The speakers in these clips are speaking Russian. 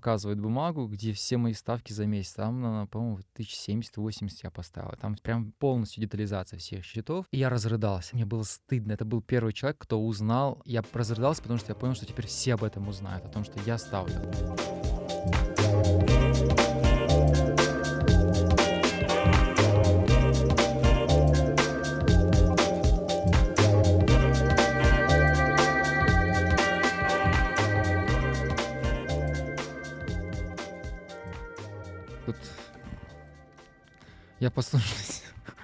показывает бумагу, где все мои ставки за месяц. Там, по-моему, 1070-80 я поставил. Там прям полностью детализация всех счетов. И я разрыдался. Мне было стыдно. Это был первый человек, кто узнал. Я разрыдался, потому что я понял, что теперь все об этом узнают, о том, что я ставлю. Тут я послушаюсь.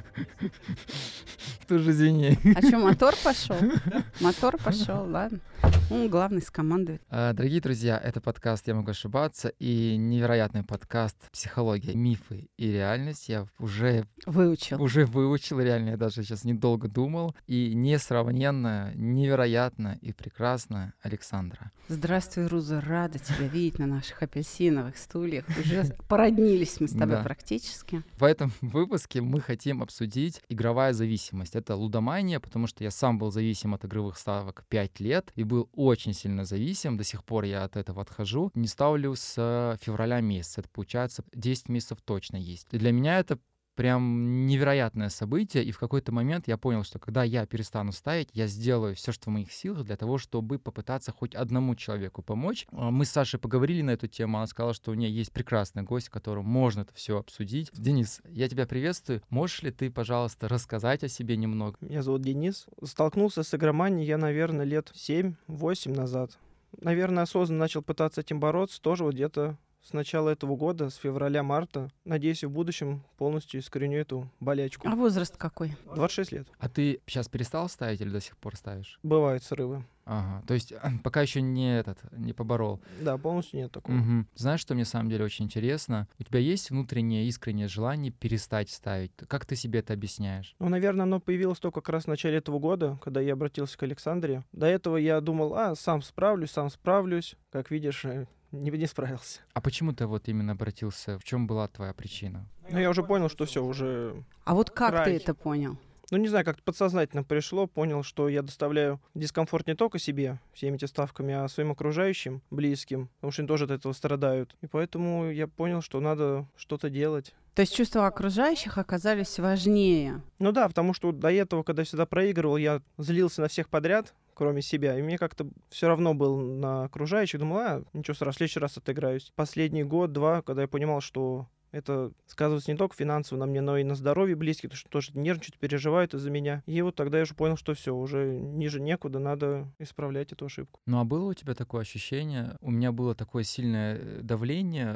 Тоже извини. А что, мотор пошел? Мотор пошел, ладно. Он главный скомандует. Дорогие друзья, это подкаст «Я могу ошибаться» и невероятный подкаст «Психология, мифы и реальность». Я уже выучил, реально, я даже сейчас недолго думал. И несравненно, невероятно и прекрасно Александра. Здравствуй, Руза, рада тебя видеть на наших апельсиновых стульях. Уже породнились мы с тобой практически. В этом выпуске мы хотим обсудить игровая зависимость. Это лудомания, потому что я сам был зависим от игровых ставок 5 лет и был очень сильно зависим. До сих пор я от этого отхожу. Не ставлю с февраля месяца. Это получается 10 месяцев точно есть. И для меня это прям невероятное событие, и в какой-то момент я понял, что когда я перестану ставить, я сделаю все, что в моих силах для того, чтобы попытаться хоть одному человеку помочь. Мы с Сашей поговорили на эту тему, она сказала, что у нее есть прекрасный гость, с которым можно это все обсудить. Денис, я тебя приветствую. Можешь ли ты, пожалуйста, рассказать о себе немного? Меня зовут Денис. Столкнулся с игроманией я, наверное, лет 7-8 назад. Наверное, осознанно начал пытаться этим бороться тоже вот где-то с начала этого года, с февраля-марта. Надеюсь, в будущем полностью искореню эту болячку. А возраст какой? 26 лет. А ты сейчас перестал ставить или до сих пор ставишь? Бывают срывы. Ага, то есть пока еще не поборол. Да, полностью нет такого. Угу. Знаешь, что мне на самом деле очень интересно? У тебя есть внутреннее искреннее желание перестать ставить? Как ты себе это объясняешь? Ну, наверное, оно появилось только как раз в начале этого года, когда я обратился к Александре. До этого я думал, сам справлюсь. Как видишь, не справился. А почему ты вот именно обратился? В чем была твоя причина? Ну, я уже понял, что все, уже... А вот как край. ты это понял? Ну, не знаю, как-то подсознательно пришло, понял, что я доставляю дискомфорт не только себе, всеми этими ставками, а своим окружающим, близким, потому что они тоже от этого страдают. И поэтому я понял, что надо что-то делать. То есть чувства окружающих оказались важнее? Ну да, потому что до этого, когда я всегда проигрывал, я злился на всех подряд, кроме себя. И мне как-то все равно был на окружающих. Думал, ничего страшного, в следующий раз отыграюсь. Последний год-два, когда я понимал, что это сказывается не только финансово на мне, но и на здоровье близких, потому что тоже нервничают, переживают из-за меня. И вот тогда я уже понял, что все, уже ниже некуда, надо исправлять эту ошибку. Ну а было у тебя такое ощущение? У меня было такое сильное давление,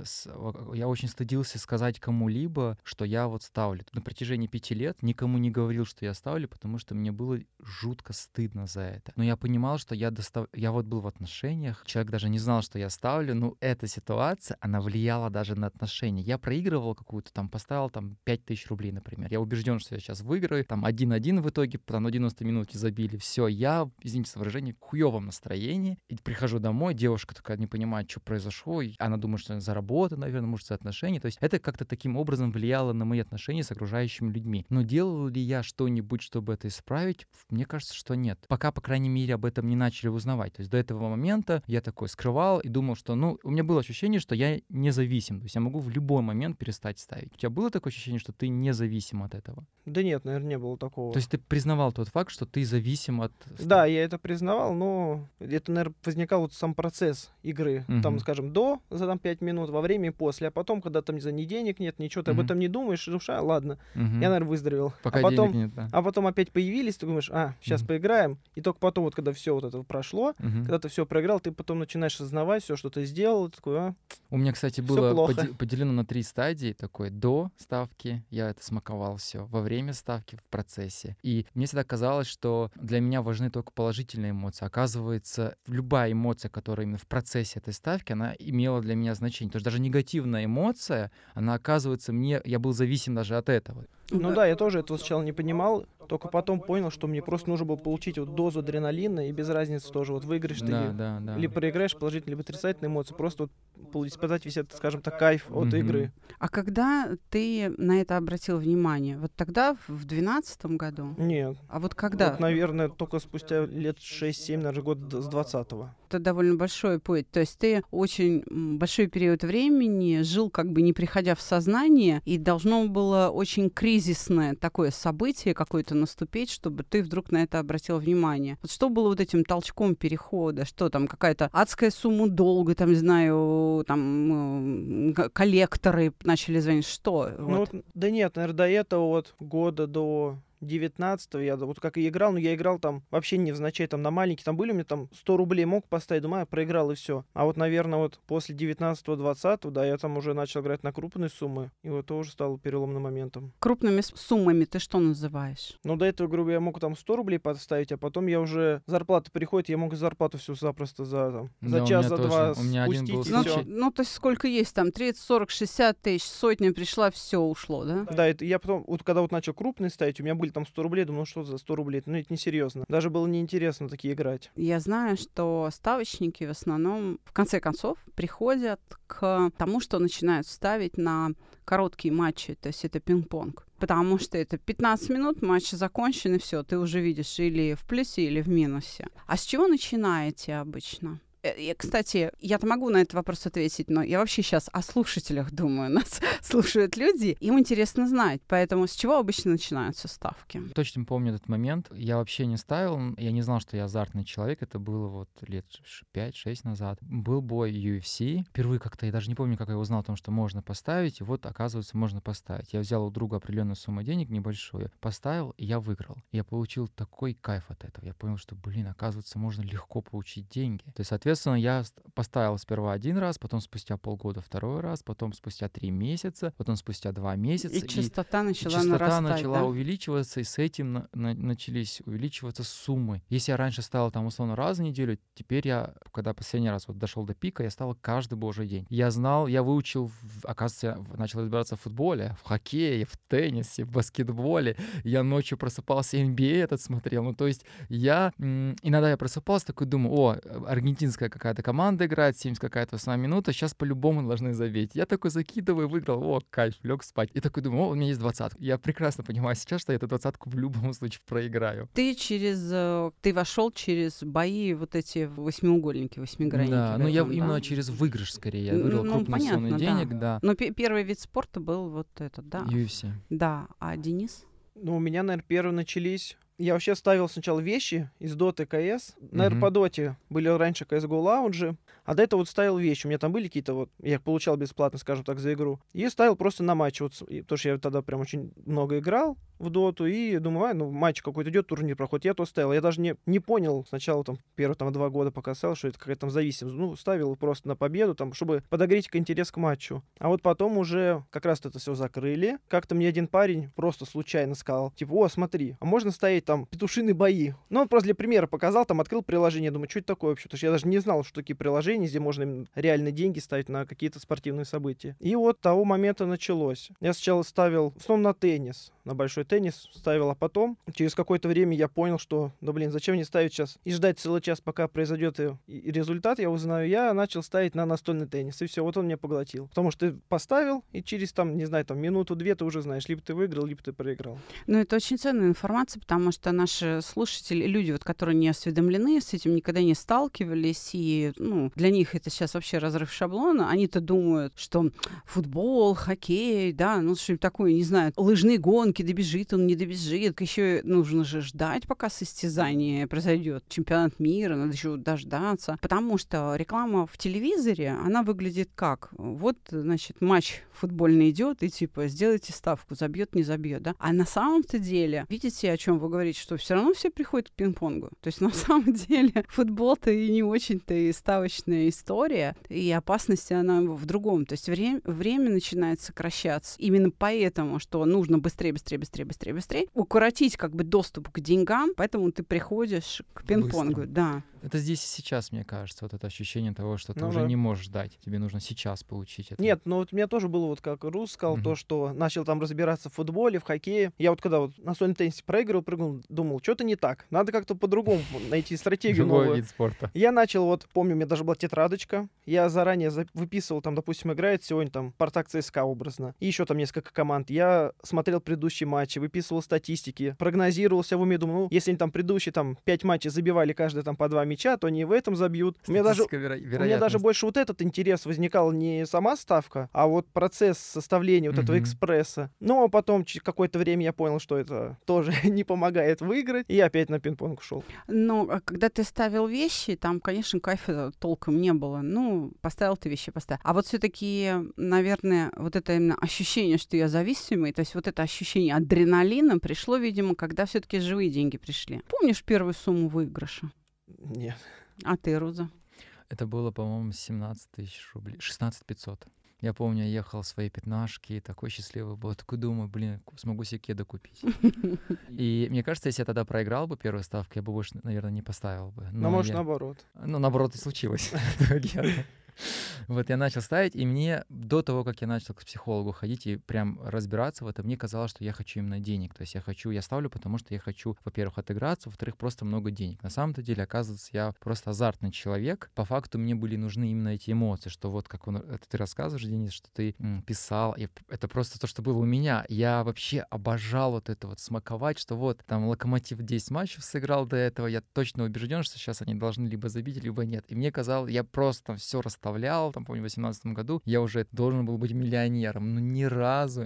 я очень стыдился сказать кому-либо, что я вот ставлю. На протяжении 5 лет никому не говорил, что я ставлю, потому что мне было жутко стыдно за это. Но я понимал, что я вот был в отношениях, человек даже не знал, что я ставлю, но эта ситуация, она влияла даже на отношения. Я проигрывал какую-то, поставил 5000 рублей, например. Я убежден, что я сейчас выиграю. 1-1 в итоге, на 90 минуте забили. Все, я, извините за выражение, в хуёвом настроении. И прихожу домой, девушка такая не понимает, что произошло. И она думает, что за работу, наверное, может, за отношения. То есть это как-то таким образом влияло на мои отношения с окружающими людьми. Но делал ли я что-нибудь, чтобы это исправить? Мне кажется, что нет. Пока, по крайней мере, об этом не начали узнавать. То есть до этого момента я такой скрывал и думал, что, у меня было ощущение, что я независим. То есть я могу в любой момент перестать ставить. У тебя было такое ощущение, что ты независим от этого? Да нет, наверное, не было такого. То есть ты признавал тот факт, что ты зависим от... Да, я это признавал, но это, наверное, возникал вот сам процесс игры. Там, скажем, за 5 минут, во время и после. А потом, когда там, ни денег нет, ничего, ты об этом не думаешь, душа, ладно, я, наверное, выздоровел. Пока потом, денег нет, да. А потом опять появились, ты думаешь, сейчас поиграем. И только потом, вот когда все вот это прошло, когда ты все проиграл, ты потом начинаешь осознавать все, что ты сделал, ты такой, У меня, кстати, было поделено на 3 стадии. Такой до ставки, я это смаковал все, во время ставки, в процессе. И мне всегда казалось, что для меня важны только положительные эмоции. Оказывается, любая эмоция, которая именно в процессе этой ставки, она имела для меня значение. То есть даже негативная эмоция, она, оказывается, я был зависим даже от этого. Ну да, я тоже этого сначала не понимал, только потом понял, что мне просто нужно было получить вот дозу адреналина, и без разницы тоже, вот выиграешь ты или проиграешь, положительные либо отрицательные эмоции, просто вот испытать весь этот, скажем так, кайф от игры. А когда ты на это обратил внимание? Вот тогда, в 2012 году? Нет. А вот когда? Вот, наверное, только спустя лет 6-7, наверное, год с 20-го. Это довольно большой путь. То есть ты очень большой период времени жил, как бы не приходя в сознание, и должно было очень кризисное такое событие какое-то наступить, чтобы ты вдруг на это обратил внимание. Вот что было вот этим толчком перехода? Что там, какая-то адская сумма долга, там, не знаю, там, коллекторы начали звонить? Что? Ну, вот, да нет, наверное, до этого вот года до 19-го я вот как и играл, но я играл там вообще невзначай, там на маленький, там были у меня там 100 рублей мог поставить, думаю, я проиграл и все. А вот, наверное, вот после 19-20, да, я там уже начал играть на крупные суммы, и вот тоже стало переломным моментом. Крупными суммами ты что называешь? Ну, до этого, грубо, я мог там 100 рублей поставить, а потом я уже, зарплата приходит, я мог зарплату всю запросто за Да, час, за два у меня один спустить, был и случай. всё. Ну, то есть сколько есть там? 30, 40, 60 тысяч, сотня пришла, все ушло, да? Да, это я потом, вот когда вот начал крупные ставить, у меня были там 100 рублей, думал, что за 100 рублей, ну это несерьезно. Даже было неинтересно такие играть. Я знаю, что ставочники в основном, в конце концов, приходят к тому, что начинают ставить на короткие матчи, то есть это пинг-понг. Потому что это 15 минут, матч закончен, и все, ты уже видишь или в плюсе, или в минусе. А с чего начинаете обычно? Кстати, я-то могу на этот вопрос ответить, но я вообще сейчас о слушателях думаю. Нас слушают люди, им интересно знать. Поэтому с чего обычно начинаются ставки? Точно помню этот момент. Я вообще не ставил, я не знал, что я азартный человек. Это было вот лет 5-6 назад. Был бой UFC. Впервые как-то, я даже не помню, как я узнал о том, что можно поставить. И вот, оказывается, можно поставить. Я взял у друга определенную сумму денег, небольшую, поставил, и я выиграл. Я получил такой кайф от этого. Я понял, что, оказывается, можно легко получить деньги. То есть, соответственно, я поставил сперва один раз, потом спустя полгода второй раз, потом спустя 3 месяца, потом спустя 2 месяца. И частота начала частота нарастать, начала да? увеличиваться, и с этим начались увеличиваться суммы. Если я раньше ставил там условно раз в неделю, теперь я, когда последний раз вот дошел до пика, я ставил каждый божий день. Я знал, я выучил, оказывается, я начал разбираться в футболе, в хоккее, в теннисе, в баскетболе. Я ночью просыпался, NBA этот смотрел. Ну, то есть я иногда я просыпался, такой думаю, аргентинская какая-то команда играет, 70 какая-то основная минута, сейчас по-любому должны забить. Я такой закидываю, выиграл, кайф, лег спать. И такой думаю, у меня есть 20. Я прекрасно понимаю сейчас, что я эту 20-ку в любом случае проиграю. Ты вошел через бои вот эти восьмиугольники, восьмигранники. Да, но я именно через выигрыш скорее. Я выиграл крупные суммы денег, да. Но первый вид спорта был вот этот, да? UFC. Да, а Денис? Ну, у меня, наверное, первые начались... Я вообще ставил сначала вещи из Доты, КС. Наверное, по Доте были раньше CSGO лаунжи. А до этого вот ставил вещи. У меня там были какие-то вот... Я их получал бесплатно, скажем так, за игру. И ставил просто на матч. Вот, потому что я тогда прям очень много играл в Доту. И думаю, матч какой-то идет, турнир проходит. Я то ставил. Я даже не понял сначала там первые 2 года, пока ставил, что это какая-то там зависимость. Ну, ставил просто на победу, там, чтобы подогреть интерес к матчу. А вот потом уже как раз это все закрыли. Как-то мне один парень просто случайно сказал, типа, смотри, а можно ставить там петушиные бои. Ну, он просто для примера показал, там открыл приложение, думаю, что это такое вообще? Потому что я даже не знал, что такие приложения, где можно реально деньги ставить на какие-то спортивные события. И вот того момента началось. Я сначала ставил, в основном на теннис, на большой теннис ставил, а потом через какое-то время я понял, что, зачем мне ставить сейчас и ждать целый час, пока произойдет и результат, я узнаю. Я начал ставить на настольный теннис, и все, вот он меня поглотил. Потому что ты поставил, и через минуту-две ты уже знаешь, либо ты выиграл, либо ты проиграл. Ну, это очень ценная информация, потому что наши слушатели, люди, вот, которые не осведомлены, с этим никогда не сталкивались, и для них это сейчас вообще разрыв шаблона. Они-то думают, что футбол, хоккей, да, что-нибудь такое, не знаю, лыжные гонки, добежит он, не добежит. Еще нужно же ждать, пока состязание произойдет. Чемпионат мира, надо еще дождаться. Потому что реклама в телевизоре, она выглядит как? Вот, матч футбольный идет, и типа, сделайте ставку, забьет, не забьет, да? А на самом-то деле, видите, о чем вы говорите, что все равно все приходят к пинг-понгу. То есть на самом деле футбол-то и не очень-то и ставочная история, и опасность она в другом. То есть время начинает сокращаться. Именно поэтому, что нужно быстрее укоротить доступ к деньгам, поэтому ты приходишь к пинг-понгу. Быстро. Да. Это здесь и сейчас, мне кажется, вот это ощущение того, что ты уже не можешь ждать. Тебе нужно сейчас получить это. Нет, вот у меня тоже было, вот как Рус сказал, то, что начал там разбираться в футболе, в хоккее. Я вот когда вот на настольном теннисе прыгнул, думал, что-то не так. Надо как-то по-другому найти стратегию новую. Другой вид спорта. Я начал, помню, у меня даже была тетрадочка. Я заранее выписывал, допустим, играет сегодня Спартак ЦСКА образно. И еще там несколько команд. Я смотрел предыдущие матчи, выписывал статистики, прогнозировался в уме, думал, если они предыдущие 5 матчей забивали каждый по 2 мяча, то они в этом забьют. У меня даже больше вот этот интерес возникал не сама ставка, а вот процесс составления вот этого экспресса. Но потом через какое-то время я понял, что это тоже не помогает выиграть, и я опять на пинг-понг ушел. Ну, когда ты ставил вещи, там, конечно, кайфа толком не было. Ну, поставил ты вещи, поставил. А вот все-таки, наверное, вот это именно ощущение, что я зависимый, то есть вот это ощущение адреналина пришло, видимо, когда все-таки живые деньги пришли. Помнишь первую сумму выигрыша? Нет. А ты, Руза? Это было, по-моему, 17 тысяч рублей. 16 500. Я помню, я ехал в своей пятнашке, такой счастливый был. Такой думаю, блин, смогу себе кеды купить. И мне кажется, если я тогда проиграл бы первую ставку, я бы больше, наверное, не поставил бы. Но может, наоборот. Ну, наоборот, и случилось. Вот я начал ставить, и мне до того, как я начал к психологу ходить и прям разбираться в этом, мне казалось, что я хочу именно денег. То есть я ставлю, потому что я хочу, во-первых, отыграться, во-вторых, просто много денег. На самом-то деле, оказывается, я просто азартный человек. По факту мне были нужны именно эти эмоции, что вот как это ты рассказываешь, Денис, что ты писал, это просто то, что было у меня. Я вообще обожал вот это вот смаковать, что вот там Локомотив 10 матчев сыграл до этого, я точно убежден, что сейчас они должны либо забить, либо нет. И мне казалось, я просто все расставлял, там, помню, в 2018 году я уже должен был быть миллионером, но ни разу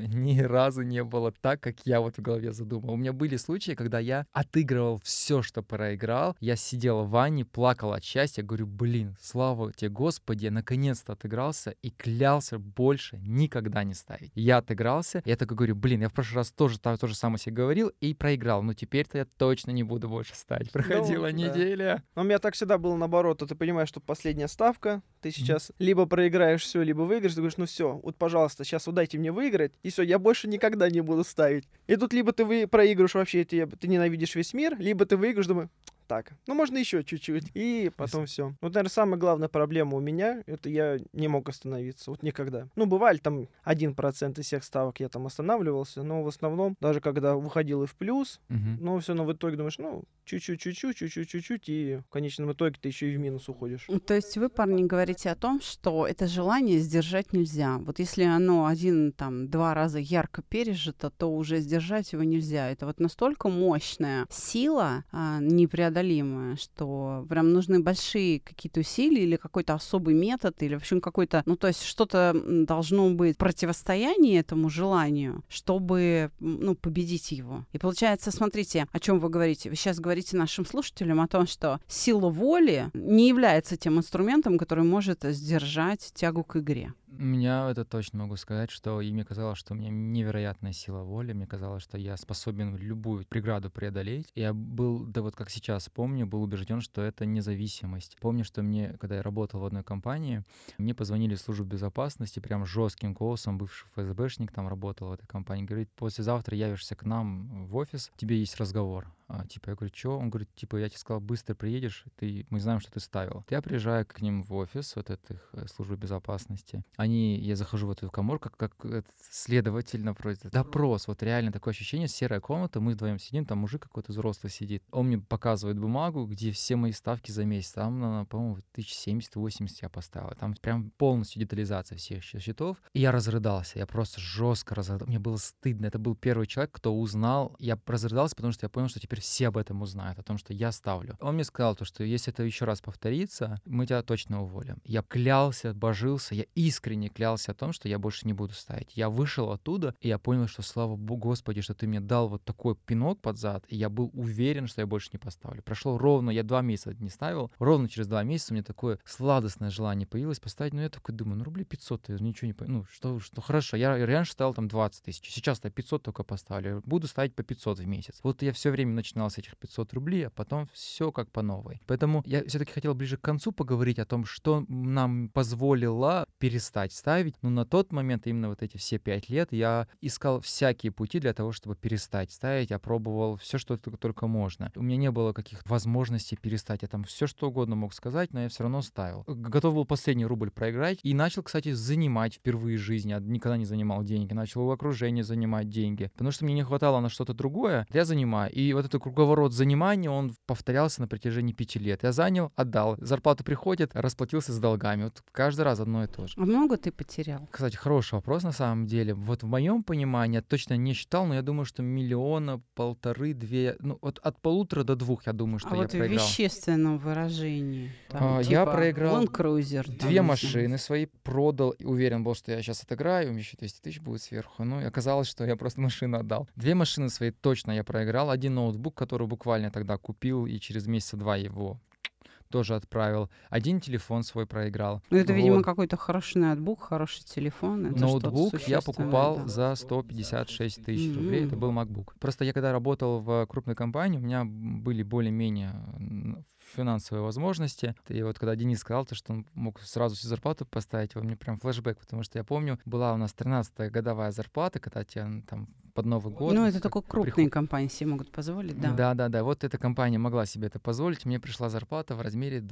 не было так, как я вот в голове задумал. У меня были случаи, когда я отыгрывал все, что проиграл, я сидел в ванне, плакал от счастья, говорю, блин, слава тебе, Господи, я наконец-то отыгрался и клялся больше никогда не ставить. Я отыгрался, я такой говорю, блин, я в прошлый раз тоже то же самое себе говорил и проиграл, но теперь-то я точно не буду больше ставить. Проходила неделя. Но у меня так всегда было наоборот, ты понимаешь, что последняя ставка, ты сейчас либо проиграешь все, либо выиграешь, ты говоришь, ну все, вот, пожалуйста, сейчас вот дайте мне выиграть, и все, я больше никогда не буду ставить. И тут либо ты проигрываешь вообще, ты ненавидишь весь мир, либо ты выиграешь, думаю, так, ну можно еще чуть-чуть, и потом все. Вот, наверное, самая главная проблема у меня, это я не мог остановиться, вот никогда. Ну, бывали там 1% из всех ставок я там останавливался, но в основном, даже когда выходил и в плюс, но все равно в итоге думаешь, ну, чуть-чуть, и в конечном итоге ты еще и в минус уходишь. То есть вы, парни, говорите о том, что это желание сдержать нельзя. Вот если оно 1-2 раза ярко пережито, то уже сдержать его нельзя. Это вот настолько мощная сила непреодолимая, что прям нужны большие какие-то усилия или какой-то особый метод, или в общем какой-то, ну то есть что-то должно быть противостояние этому желанию, чтобы, ну, победить его. И получается, смотрите, о чем вы говорите. Вы сейчас говорите нашим слушателям о том, что сила воли не является тем инструментом, который может сдержать тягу к игре. У меня это точно могу сказать, что и мне казалось, что у меня невероятная сила воли, мне казалось, что я способен любую преграду преодолеть. Я был, да вот как сейчас помню, был убежден, что это независимость. Помню, что мне, когда я работал в одной компании, мне позвонили в службу безопасности прям жестким голосом, бывший ФСБшник там работал в этой компании, говорит, послезавтра явишься к нам в офис, тебе есть разговор. Я говорю, что? Он говорит, я тебе сказал, быстро приедешь, мы знаем, что ты ставил. Я приезжаю к ним в офис, вот этой службы безопасности. Я захожу в эту каморку, как следователь напротив. Допрос, вот реально такое ощущение, серая комната, мы вдвоем сидим, там мужик какой-то взрослый сидит. Он мне показывает бумагу, где все мои ставки за месяц. Там, по-моему, 1070-80 я поставил. Там прям полностью детализация всех счетов. И я разрыдался, я просто жестко разрыдался. Мне было стыдно. Это был первый человек, кто узнал. Я разрыдался, потому что я понял, что теперь все об этом узнают, о том, что я ставлю. Он мне сказал, что если это еще раз повторится, мы тебя точно уволим. Я клялся, божился, я искренне клялся о том, что я больше не буду ставить. Я вышел оттуда, и я понял, что слава Богу, Господи, что ты мне дал вот такой пинок под зад, и я был уверен, что я больше не поставлю. Прошло ровно, я 2 месяца не ставил, ровно через 2 месяца у меня такое сладостное желание появилось поставить, но я такой думаю, рублей 500, я ничего не понимаю, что хорошо, я раньше ставил там 20 тысяч, сейчас-то 500 только поставлю, буду ставить по 500 в месяц. Вот я все время начинал с этих 500 рублей, а потом все как по новой. Поэтому я все-таки хотел ближе к концу поговорить о том, что нам позволило перестать ставить. Но на тот момент, именно вот эти все 5 лет, я искал всякие пути для того, чтобы перестать ставить. Я пробовал все, что только можно. У меня не было каких возможностей перестать. Я там все, что угодно мог сказать, но я все равно ставил. Готов был последний рубль проиграть. И начал, кстати, занимать впервые в жизни. Я никогда не занимал деньги. Начал у окружения занимать деньги. Потому что мне не хватало на что-то другое. Я занимаю. И вот это круговорот занимания, он повторялся на протяжении 5 лет. Я занял, отдал. Зарплата приходит, расплатился с долгами. Вот каждый раз одно и то же. А много ты потерял? Кстати, хороший вопрос на самом деле. Вот в моем понимании, я точно не считал, но я думаю, что 1,5 миллиона, 2, ну вот от 1,5 до 2, я думаю, что я вот проиграл. В вещественном выражении. Там, Я проиграл Land Cruiser. 2 машины свои, продал, и уверен был, что я сейчас отыграю, у меня еще 200 тысяч будет сверху. Ну, и оказалось, что я просто машину отдал. 2 машины свои точно я проиграл. 1 ноутбук, который буквально тогда купил, и через месяца 2 его тоже отправил. 1 телефон свой проиграл. Ну, это, видимо, какой-то хороший ноутбук, хороший телефон. Это ноутбук я покупал да. за 156 тысяч рублей. Это был MacBook. Просто я когда работал в крупной компании, у меня были более-менее финансовые возможности. И вот когда Денис сказал, что он мог сразу всю зарплату поставить, у меня прям флешбэк, потому что я помню, была у нас 13-я годовая зарплата, когда тебе там под Новый год. Ну, это только крупные компании себе могут позволить, да. Да. Вот эта компания могла себе это позволить. Мне пришла зарплата в размере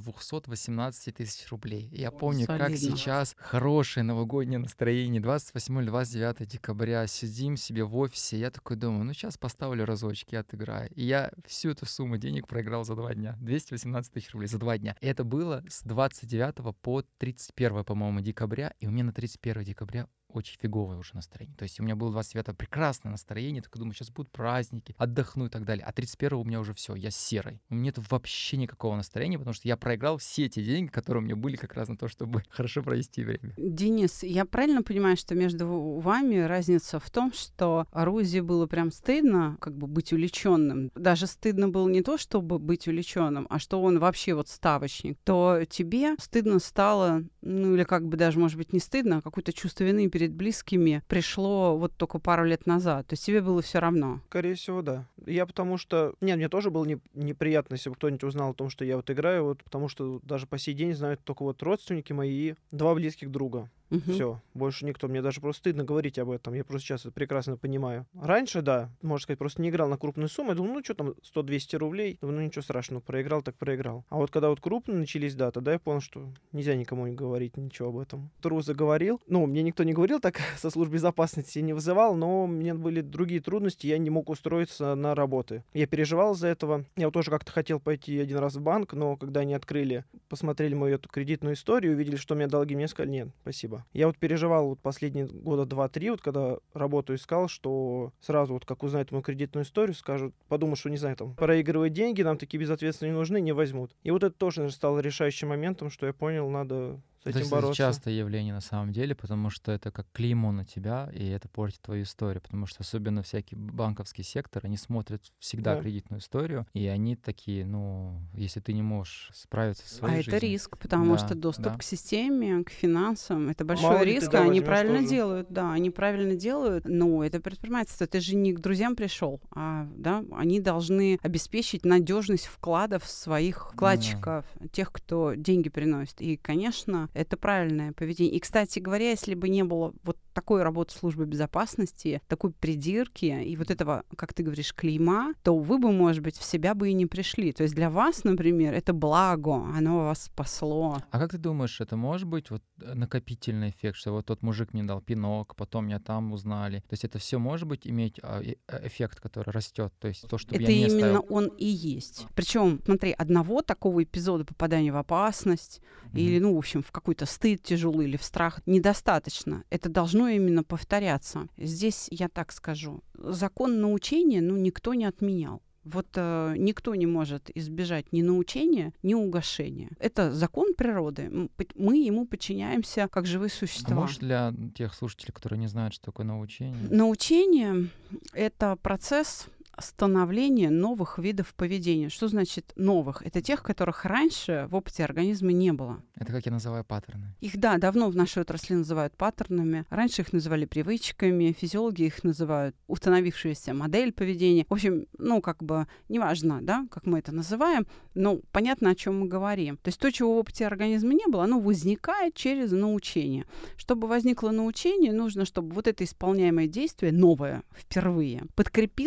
218 тысяч рублей. И я помню, как сейчас хорошее новогоднее настроение. 28 или 29 декабря. Сидим себе в офисе. Я такой думаю, ну сейчас поставлю разочек, я отыграю. И я всю эту сумму денег проиграл за 2 дня. 218 тысяч рублей за 2 дня. И это было с 29 по 31, по-моему, декабря. И у меня на 31 декабря очень фиговое уже настроение. То есть у меня было 29-го прекрасное настроение, так думаю, сейчас будут праздники, отдохну и так далее. А 31-го у меня уже все, я серый. У меня нет вообще никакого настроения, потому что я проиграл все те деньги, которые у меня были как раз на то, чтобы хорошо провести время. Денис, я правильно понимаю, что между вами разница в том, что Рузе было прям стыдно как бы быть увлеченным. Даже стыдно было не то, чтобы быть увлеченным, а что он вообще вот ставочник. То тебе стыдно стало, ну или как бы даже, может быть, не стыдно, а какое-то чувство вины перед близкими пришло вот только пару лет назад. То есть тебе было все равно? Скорее всего, да. Я потому что... Нет, мне тоже было неприятно, если бы кто-нибудь узнал о том, что я вот играю, вот, потому что даже по сей день знают только вот родственники мои и 2 близких друга. Все, больше никто. Мне даже просто стыдно говорить об этом. Я просто сейчас это прекрасно понимаю. Раньше, да, можно сказать, просто не играл на крупную сумму. Я думал, ну что там, 100-200 рублей. Думаю, ну ничего страшного, проиграл, так проиграл. А вот когда вот крупные начались, да, тогда я понял, что нельзя никому не говорить ничего об этом. Руза говорил. Ну, мне никто не говорил так со службы безопасности, не вызывал, но у меня были другие трудности, я не мог устроиться на работы. Я переживал из-за этого. Я вот тоже как-то хотел пойти один раз в банк, но когда они открыли, посмотрели мою эту кредитную историю, увидели, что у меня долги, мне сказали, нет, спасибо. Я вот переживал вот последние года 2-3, вот когда работу искал, что сразу вот как узнают мою кредитную историю, скажут, подумают, что, не знаю, там, проигрывают деньги, нам такие безответственные не нужны, не возьмут. И вот это тоже, наверное, стало решающим моментом, что я понял, надо с этим бороться. Это частое явление на самом деле, потому что это как клеймо на тебя, и это портит твою историю, потому что особенно всякий банковский сектор, они смотрят всегда кредитную историю, и они такие, ну, если ты не можешь справиться со своей жизнью. Это риск, потому что доступ к системе, к финансам, это большой риск, а они правильно делают, да, они правильно делают, но это предпринимательство, ты же не к друзьям пришел, а, да, они должны обеспечить надежность вкладов своих вкладчиков, тех, кто деньги приносит, и, конечно, это правильное поведение. И, кстати говоря, если бы не было вот такой работы службы безопасности, такой придирки и вот этого, как ты говоришь, клейма, то вы бы, может быть, в себя бы и не пришли. То есть для вас, например, это благо, оно вас спасло. А как ты думаешь, это может быть вот накопительный эффект, что вот тот мужик мне дал пинок, потом меня там узнали? То есть это все может быть иметь эффект, который растет? То есть то, что это я не именно оставил... он и есть. Причем, смотри, одного такого эпизода попадания в опасность или, ну, в общем, в какой-то стыд тяжелый или в страх недостаточно. Это должно именно повторяться. Здесь я так скажу. Закон научения, ну, никто не отменял. Вот никто не может избежать ни научения, ни угошения. Это закон природы. Мы ему подчиняемся как живые существа. А может для тех слушателей, которые не знают, что такое научение? Научение — это процесс становления новых видов поведения. Что значит новых? Это тех, которых раньше в опыте организма не было. Это как я называю паттерны. Их, да, давно в нашей отрасли называют паттернами. Раньше их называли привычками, физиологи их называют установившаяся модель поведения. В общем, ну, как бы, неважно, да, как мы это называем, но понятно, о чем мы говорим. То есть то, чего в опыте организма не было, оно возникает через научение. Чтобы возникло научение, нужно, чтобы вот это исполняемое действие, новое, впервые, подкрепилось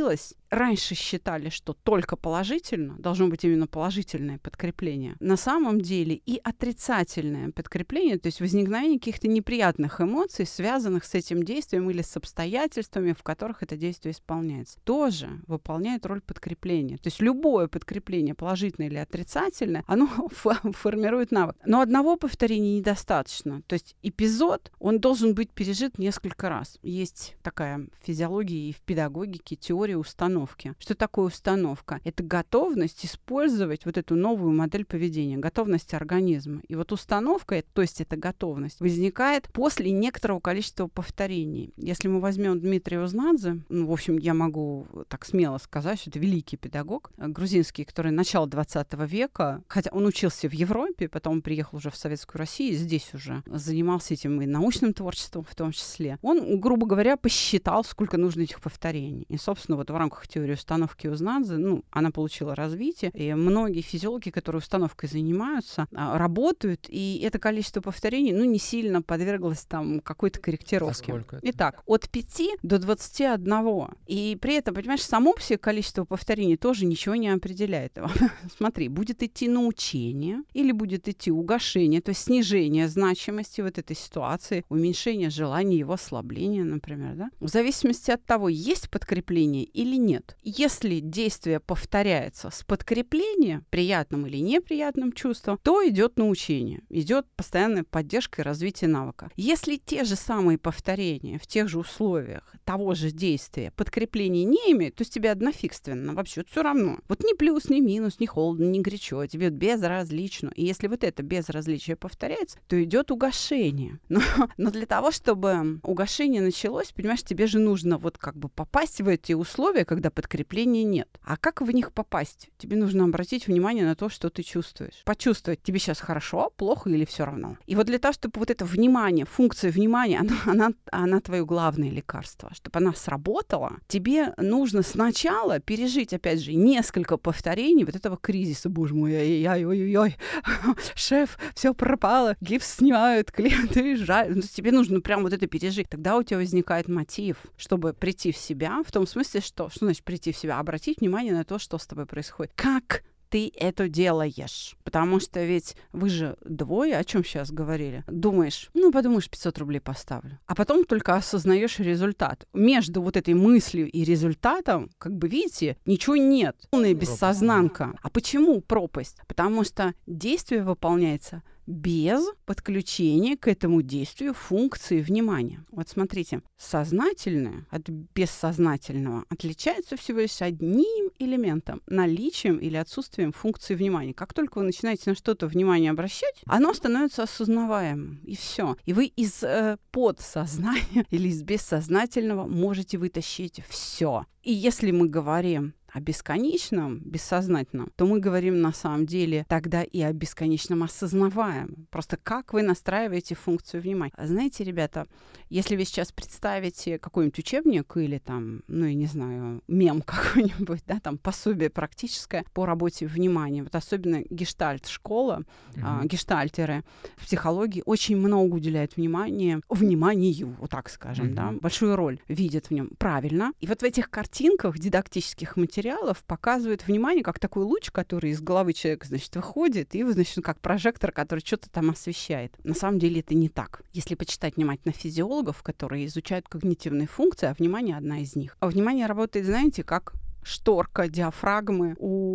раньше считали, что только положительно, должно быть именно положительное подкрепление, на самом деле и отрицательное подкрепление, то есть возникновение каких-то неприятных эмоций, связанных с этим действием или с обстоятельствами, в которых это действие исполняется, тоже выполняет роль подкрепления. То есть любое подкрепление, положительное или отрицательное, оно формирует навык. Но одного повторения недостаточно. То есть эпизод, он должен быть пережит несколько раз. Есть такая в физиологии и в педагогике теория установки. Что такое установка? Это готовность использовать вот эту новую модель поведения, готовность организма. И вот установка, то есть эта готовность, возникает после некоторого количества повторений. Если мы возьмем Дмитрия Узнадзе, в общем, я могу так смело сказать, что это великий педагог грузинский, который начало 20 века, хотя он учился в Европе, потом приехал уже в Советскую Россию, здесь уже занимался этим и научным творчеством в том числе. Он, грубо говоря, посчитал, сколько нужно этих повторений. И, собственно, вот в рамках теории установки Узнадзе, она получила развитие, и многие физиологи, которые установкой занимаются, работают, и это количество повторений, не сильно подверглось там какой-то корректировке. Итак, от 5 до 21. И при этом, понимаешь, само по себе количество повторений тоже ничего не определяет. Смотри, будет идти научение или будет идти угошение, то есть снижение значимости вот этой ситуации, уменьшение желания, его ослабление, например, да? В зависимости от того, есть подкрепление или нет. Если действие повторяется с подкреплением, приятным или неприятным чувством, то идет научение, идет постоянная поддержка и развитие навыка. Если те же самые повторения в тех же условиях того же действия подкрепления не имеют, то есть тебе однофигственно, вообще все равно. Вот ни плюс, ни минус, ни холодно, ни горячо, тебе безразлично. И если вот это безразличие повторяется, то идет угошение. Но для того, чтобы угошение началось, понимаешь, тебе же нужно вот как бы попасть в эти условия, когда подкрепления нет. А как в них попасть? Тебе нужно обратить внимание на то, что ты чувствуешь. Почувствовать, тебе сейчас хорошо, плохо или все равно. И вот для того, чтобы вот это внимание, функция внимания, она твое главное лекарство. Чтобы она сработала, тебе нужно сначала пережить, опять же, несколько повторений вот этого кризиса. Боже мой, ой-ой-ой, шеф, все пропало, гипс снимают, клиенты уезжают. Тебе нужно прям вот это пережить. Тогда у тебя возникает мотив, чтобы прийти в себя, в том смысле, что значит прийти в себя? Обратить внимание на то, что с тобой происходит. Как ты это делаешь? Потому что ведь вы же двое, о чем сейчас говорили, думаешь, подумаешь, 500 рублей поставлю. А потом только осознаешь результат. Между вот этой мыслью и результатом, как бы видите, ничего нет. Полная бессознанка. А почему пропасть? Потому что действие выполняется без подключения к этому действию функции внимания. Вот смотрите, сознательное от бессознательного отличается всего лишь одним элементом — наличием или отсутствием функции внимания. Как только вы начинаете на что-то внимание обращать, оно становится осознаваемым, и все. И вы из подсознания или из бессознательного можете вытащить все. И если мы говорим о бесконечном, бессознательном, то мы говорим на самом деле тогда и о бесконечном осознаваемом. Просто как вы настраиваете функцию внимания. А знаете, ребята, если вы сейчас представите какой-нибудь учебник или там, я не знаю, мем какой-нибудь, да, там пособие практическое по работе внимания, вот особенно гештальт-школа, гештальтеры в психологии очень много уделяют вниманию, вот так скажем, да, большую роль видят в нем. Правильно. И вот в этих картинках дидактических материалов показывают внимание как такой луч, который из головы человека, выходит, и, как прожектор, который что-то там освещает. На самом деле это не так. Если почитать внимательно физиологов, которые изучают когнитивные функции, а внимание одна из них. А внимание работает, знаете, как шторка диафрагмы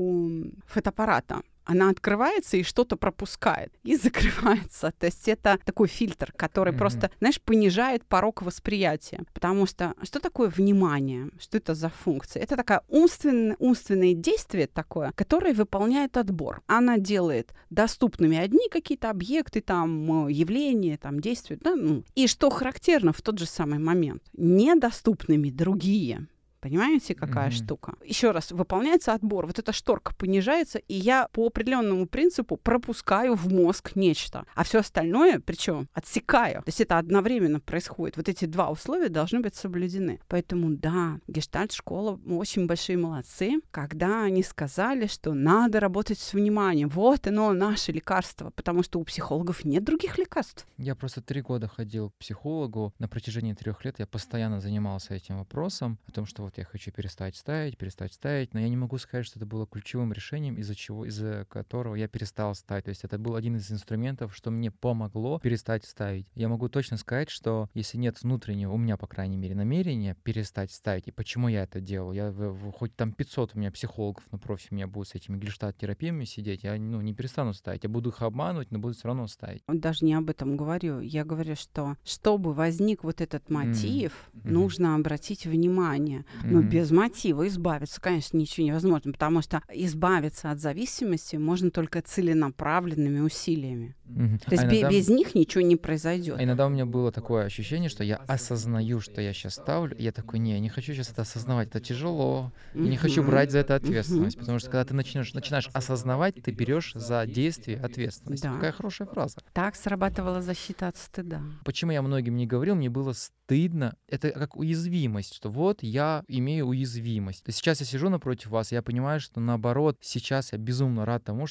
у фотоаппарата. Она открывается и что-то пропускает, и закрывается. То есть это такой фильтр, который просто, понижает порог восприятия. Потому что такое внимание? Что это за функция? Это такое умственное действие такое, которое выполняет отбор. Она делает доступными одни какие-то объекты, там, явления, там, действия. Да? И что характерно в тот же самый момент? Недоступными другие. Понимаете, какая штука? Еще раз, выполняется отбор. Вот эта шторка понижается, и я по определенному принципу пропускаю в мозг нечто. А все остальное, причем отсекаю. То есть это одновременно происходит. Вот эти два условия должны быть соблюдены. Поэтому, да, гештальт-школа очень большие молодцы, когда они сказали, что надо работать с вниманием. Вот оно, наше лекарство. Потому что у психологов нет других лекарств. Я просто 3 года ходил к психологу. На протяжении 3 лет я постоянно занимался этим вопросом. О том, что вот я хочу перестать ставить, но я не могу сказать, что это было ключевым решением, из-за которого я перестал ставить. То есть это был один из инструментов, что мне помогло перестать ставить. Я могу точно сказать, что если нет внутреннего, у меня, по крайней мере, намерения перестать ставить, и почему я это делал, хоть там 500 у меня психологов на профи у меня будут с этими гельштальт-терапиями сидеть, я не перестану ставить. Я буду их обманывать, но буду все равно ставить. Даже не об этом говорю. Я говорю, что чтобы возник вот этот мотив, нужно обратить внимание. Но без мотива избавиться, конечно, ничего невозможно, потому что избавиться от зависимости можно только целенаправленными усилиями. То есть без них ничего не произойдет. А иногда у меня было такое ощущение, что я осознаю, что я сейчас ставлю, и я такой, я не хочу сейчас это осознавать, это тяжело, я не хочу брать за это ответственность, потому что когда ты начинаешь осознавать, ты берешь за действие ответственность. Да. Какая хорошая фраза. Так срабатывала защита от стыда. Почему я многим не говорил, мне было стыдно. Это как уязвимость, что вот я имею уязвимость. Сейчас я сижу напротив вас, и я понимаю, что наоборот, сейчас я безумно рад тому,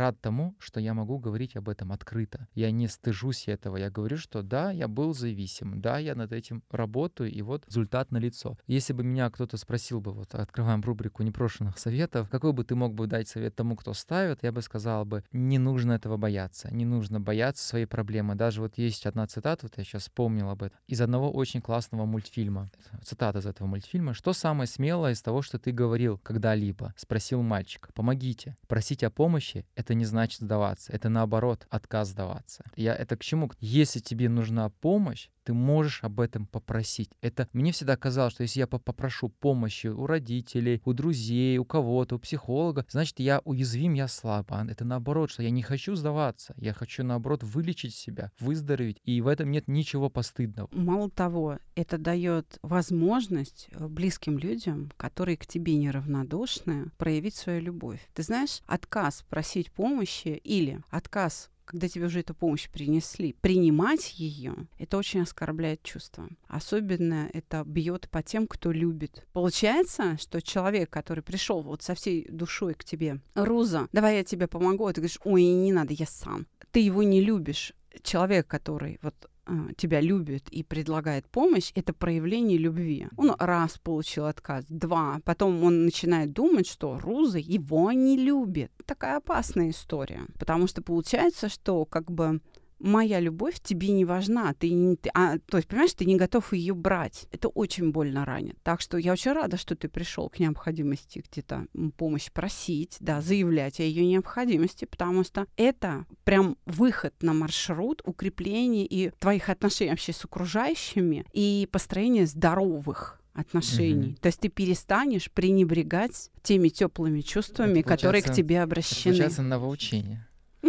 что я могу говорить об этом открыто. Я не стыжусь этого. Я говорю, что да, я был зависим, да, я над этим работаю, и вот результат налицо. Если бы меня кто-то спросил бы, вот открываем рубрику непрошенных советов, какой бы ты мог бы дать совет тому, кто ставит, я бы сказал бы, не нужно этого бояться, не нужно бояться своей проблемы. Даже вот есть одна цитата, вот я сейчас вспомнил об этом, из одного очень классного мультфильма. Цитата из этого мультфильма. «Что самое смелое из того, что ты говорил когда-либо?» — спросил мальчик. «Помогите. Просить о помощи — это не значит сдаваться. Это наоборот, отказ сдаваться». Это к чему? Если тебе нужна помощь, ты можешь об этом попросить. Мне всегда казалось, что если я попрошу помощи у родителей, у друзей, у кого-то, у психолога, значит, я уязвим, я слаб. А это наоборот, что я не хочу сдаваться. Я хочу, наоборот, вылечить себя, выздороветь. И в этом нет ничего постыдного. Мало того, это дает возможность близким людям, которые к тебе неравнодушны, проявить свою любовь. Ты знаешь, отказ просить помощи или отказ, когда тебе уже эту помощь принесли, принимать ее, это очень оскорбляет чувства. Особенно это бьет по тем, кто любит. Получается, что человек, который пришел вот со всей душой к тебе, Руза, давай я тебе помогу, а ты говоришь, ой, не надо, я сам. Ты его не любишь. Человек, который тебя любит и предлагает помощь, это проявление любви. Он раз получил отказ, два, потом он начинает думать, что Руза его не любит. Такая опасная история, потому что получается, что как бы моя любовь тебе не важна, то есть, понимаешь, ты не готов ее брать. Это очень больно ранит. Так что я очень рада, что ты пришел к необходимости где-то помощь просить, да, заявлять о ее необходимости, потому что это прям выход на маршрут укрепления и твоих отношений вообще с окружающими и построения здоровых отношений. То есть ты перестанешь пренебрегать теми теплыми чувствами, которые к тебе обращены. Это получается новоучение.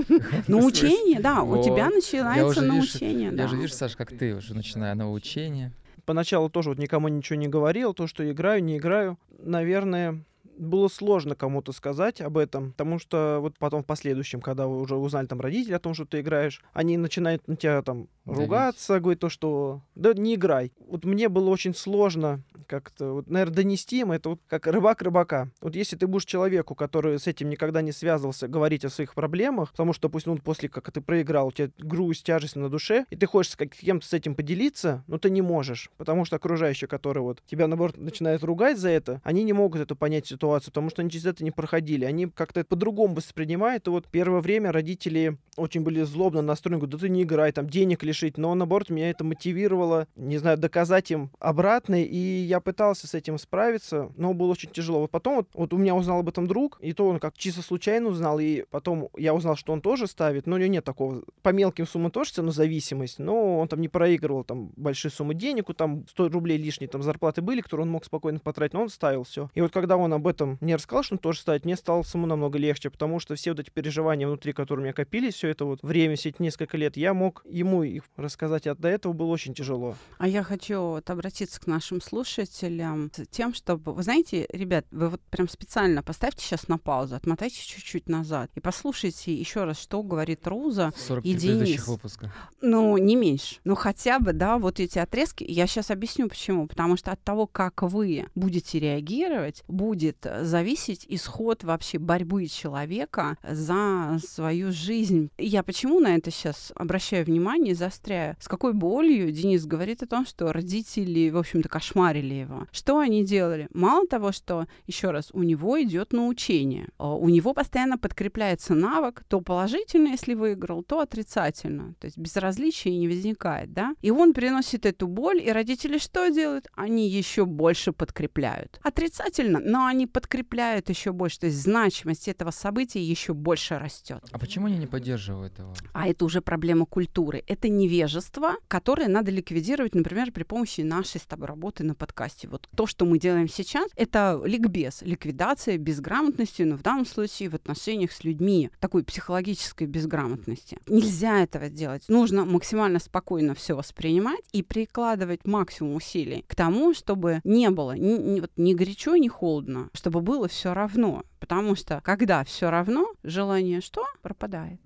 Научение, да, у тебя начинается научение. Я уже вижу, Саш, как ты уже начиная научение. Поначалу тоже вот никому ничего не говорил, то, что играю, не играю. Наверное, было сложно кому-то сказать об этом, потому что вот потом в последующем, когда вы уже узнали там родители о том, что ты играешь, они начинают на тебя там ругаться, говорить то, что да не играй. Вот мне было очень сложно как-то, вот, наверное, донести им это вот как рыбак рыбака. Вот если ты будешь человеку, который с этим никогда не связывался, говорить о своих проблемах, потому что, допустим, после как ты проиграл, у тебя грусть, тяжесть на душе, и ты хочешь с кем-то с этим поделиться, но ты не можешь, потому что окружающие, которые вот тебя, наоборот, начинают ругать за это, они не могут это понять ситуацию, потому что они через это не проходили. Они как-то это по-другому воспринимают. И вот первое время родители очень были злобно настроены, говорят, да ты не играй, там денег лишить, но наоборот меня это мотивировало, не знаю, доказать им обратное, и я пытался с этим справиться, но было очень тяжело. Вот потом вот у меня узнал об этом друг, и то он как чисто случайно узнал, и потом я узнал, что он тоже ставит, но у него нет такого. По мелким суммам тоже все равно зависимость, но он там не проигрывал там большие суммы денег, там 100 рублей лишние там зарплаты были, которые он мог спокойно потратить, но он ставил все. И вот когда он об этом мне рассказал, что он тоже ставит, мне стало самому намного легче, потому что все вот эти переживания внутри, которые у меня копились, все это вот время, все эти несколько лет, я мог ему их рассказать, а до этого было очень тяжело. А я хочу вот обратиться к нашим слушателям с тем, чтобы... Вы знаете, ребят, вы вот прям специально поставьте сейчас на паузу, отмотайте чуть-чуть назад и послушайте еще раз, что говорит Руза и Денис. Выпусков. Ну, не меньше. Ну, хотя бы, да, вот эти отрезки. Я сейчас объясню, почему. Потому что от того, как вы будете реагировать, будет зависеть исход вообще борьбы человека за свою жизнь. Я почему на это сейчас обращаю внимание и заостряю? С какой болью Денис говорит о том, что родители, в общем-то, кошмарили его. Что они делали? Мало того, что, еще раз, у него идет научение, у него постоянно подкрепляется навык, то положительно, если выиграл, то отрицательно. То есть безразличия не возникает, да? И он переносит эту боль, и родители что делают? Они еще больше подкрепляют. Отрицательно, но они подкрепляют еще больше. То есть значимость этого события еще больше растет. А почему они не поддерживают его? А это уже проблема культуры. Это невежество, которое надо ликвидировать, например, при помощи нашей с тобой работы на подкасте. Вот то, что мы делаем сейчас, это ликбез, ликвидация безграмотности, но в данном случае в отношениях с людьми, такой психологической безграмотности. Нельзя этого делать. Нужно максимально спокойно все воспринимать и прикладывать максимум усилий к тому, чтобы не было ни горячо, ни холодно, чтобы было все равно. Потому что когда все равно, желание что? Пропадает.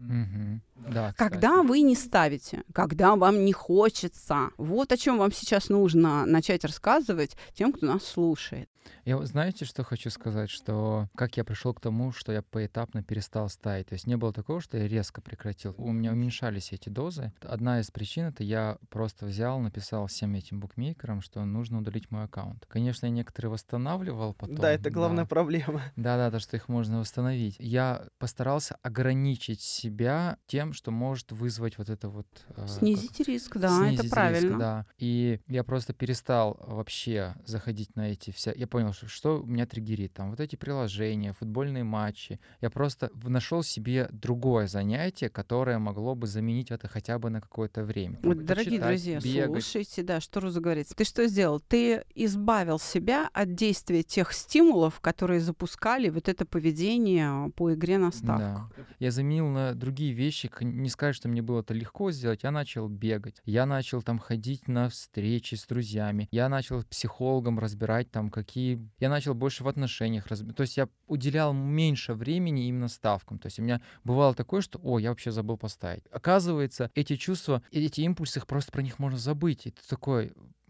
Да, когда вы не ставите, когда вам не хочется. Вот о чем вам сейчас нужно начать рассказывать тем, кто нас слушает. Я, знаете, что хочу сказать? Что как я пришел к тому, что я поэтапно перестал ставить. То есть не было такого, что я резко прекратил. У меня уменьшались эти дозы. Одна из причин — это я просто взял, написал всем этим букмекерам, что нужно удалить мой аккаунт. Конечно, я некоторые восстанавливал потом. Да, это главная проблема. Да, то, что их можно восстановить. Я постарался ограничить себя тем, что может вызвать вот это вот... Снизить риск, да, это правильно. Риск, да. И я просто перестал вообще заходить на эти все... Я понял, что меня триггерит. Там вот эти приложения, футбольные матчи. Я просто нашел себе другое занятие, которое могло бы заменить это хотя бы на какое-то время. Там, вот, дорогие друзья, бегать. слушайте, да, что Роза говорит. Ты что сделал? Ты избавил себя от действия тех стимулов, которые запускали вот это поведение по игре на ставку. Да. Я заменил на другие вещи. Не сказать, что мне было это легко сделать. Я начал бегать. Я начал там ходить на встречи с друзьями. Я начал с психологом разбирать там какие... Я начал больше в отношениях разбирать. То есть я уделял меньше времени именно ставкам. То есть у меня бывало такое, что я вообще забыл поставить. Оказывается, эти чувства, эти импульсы, просто про них можно забыть. И ты такой...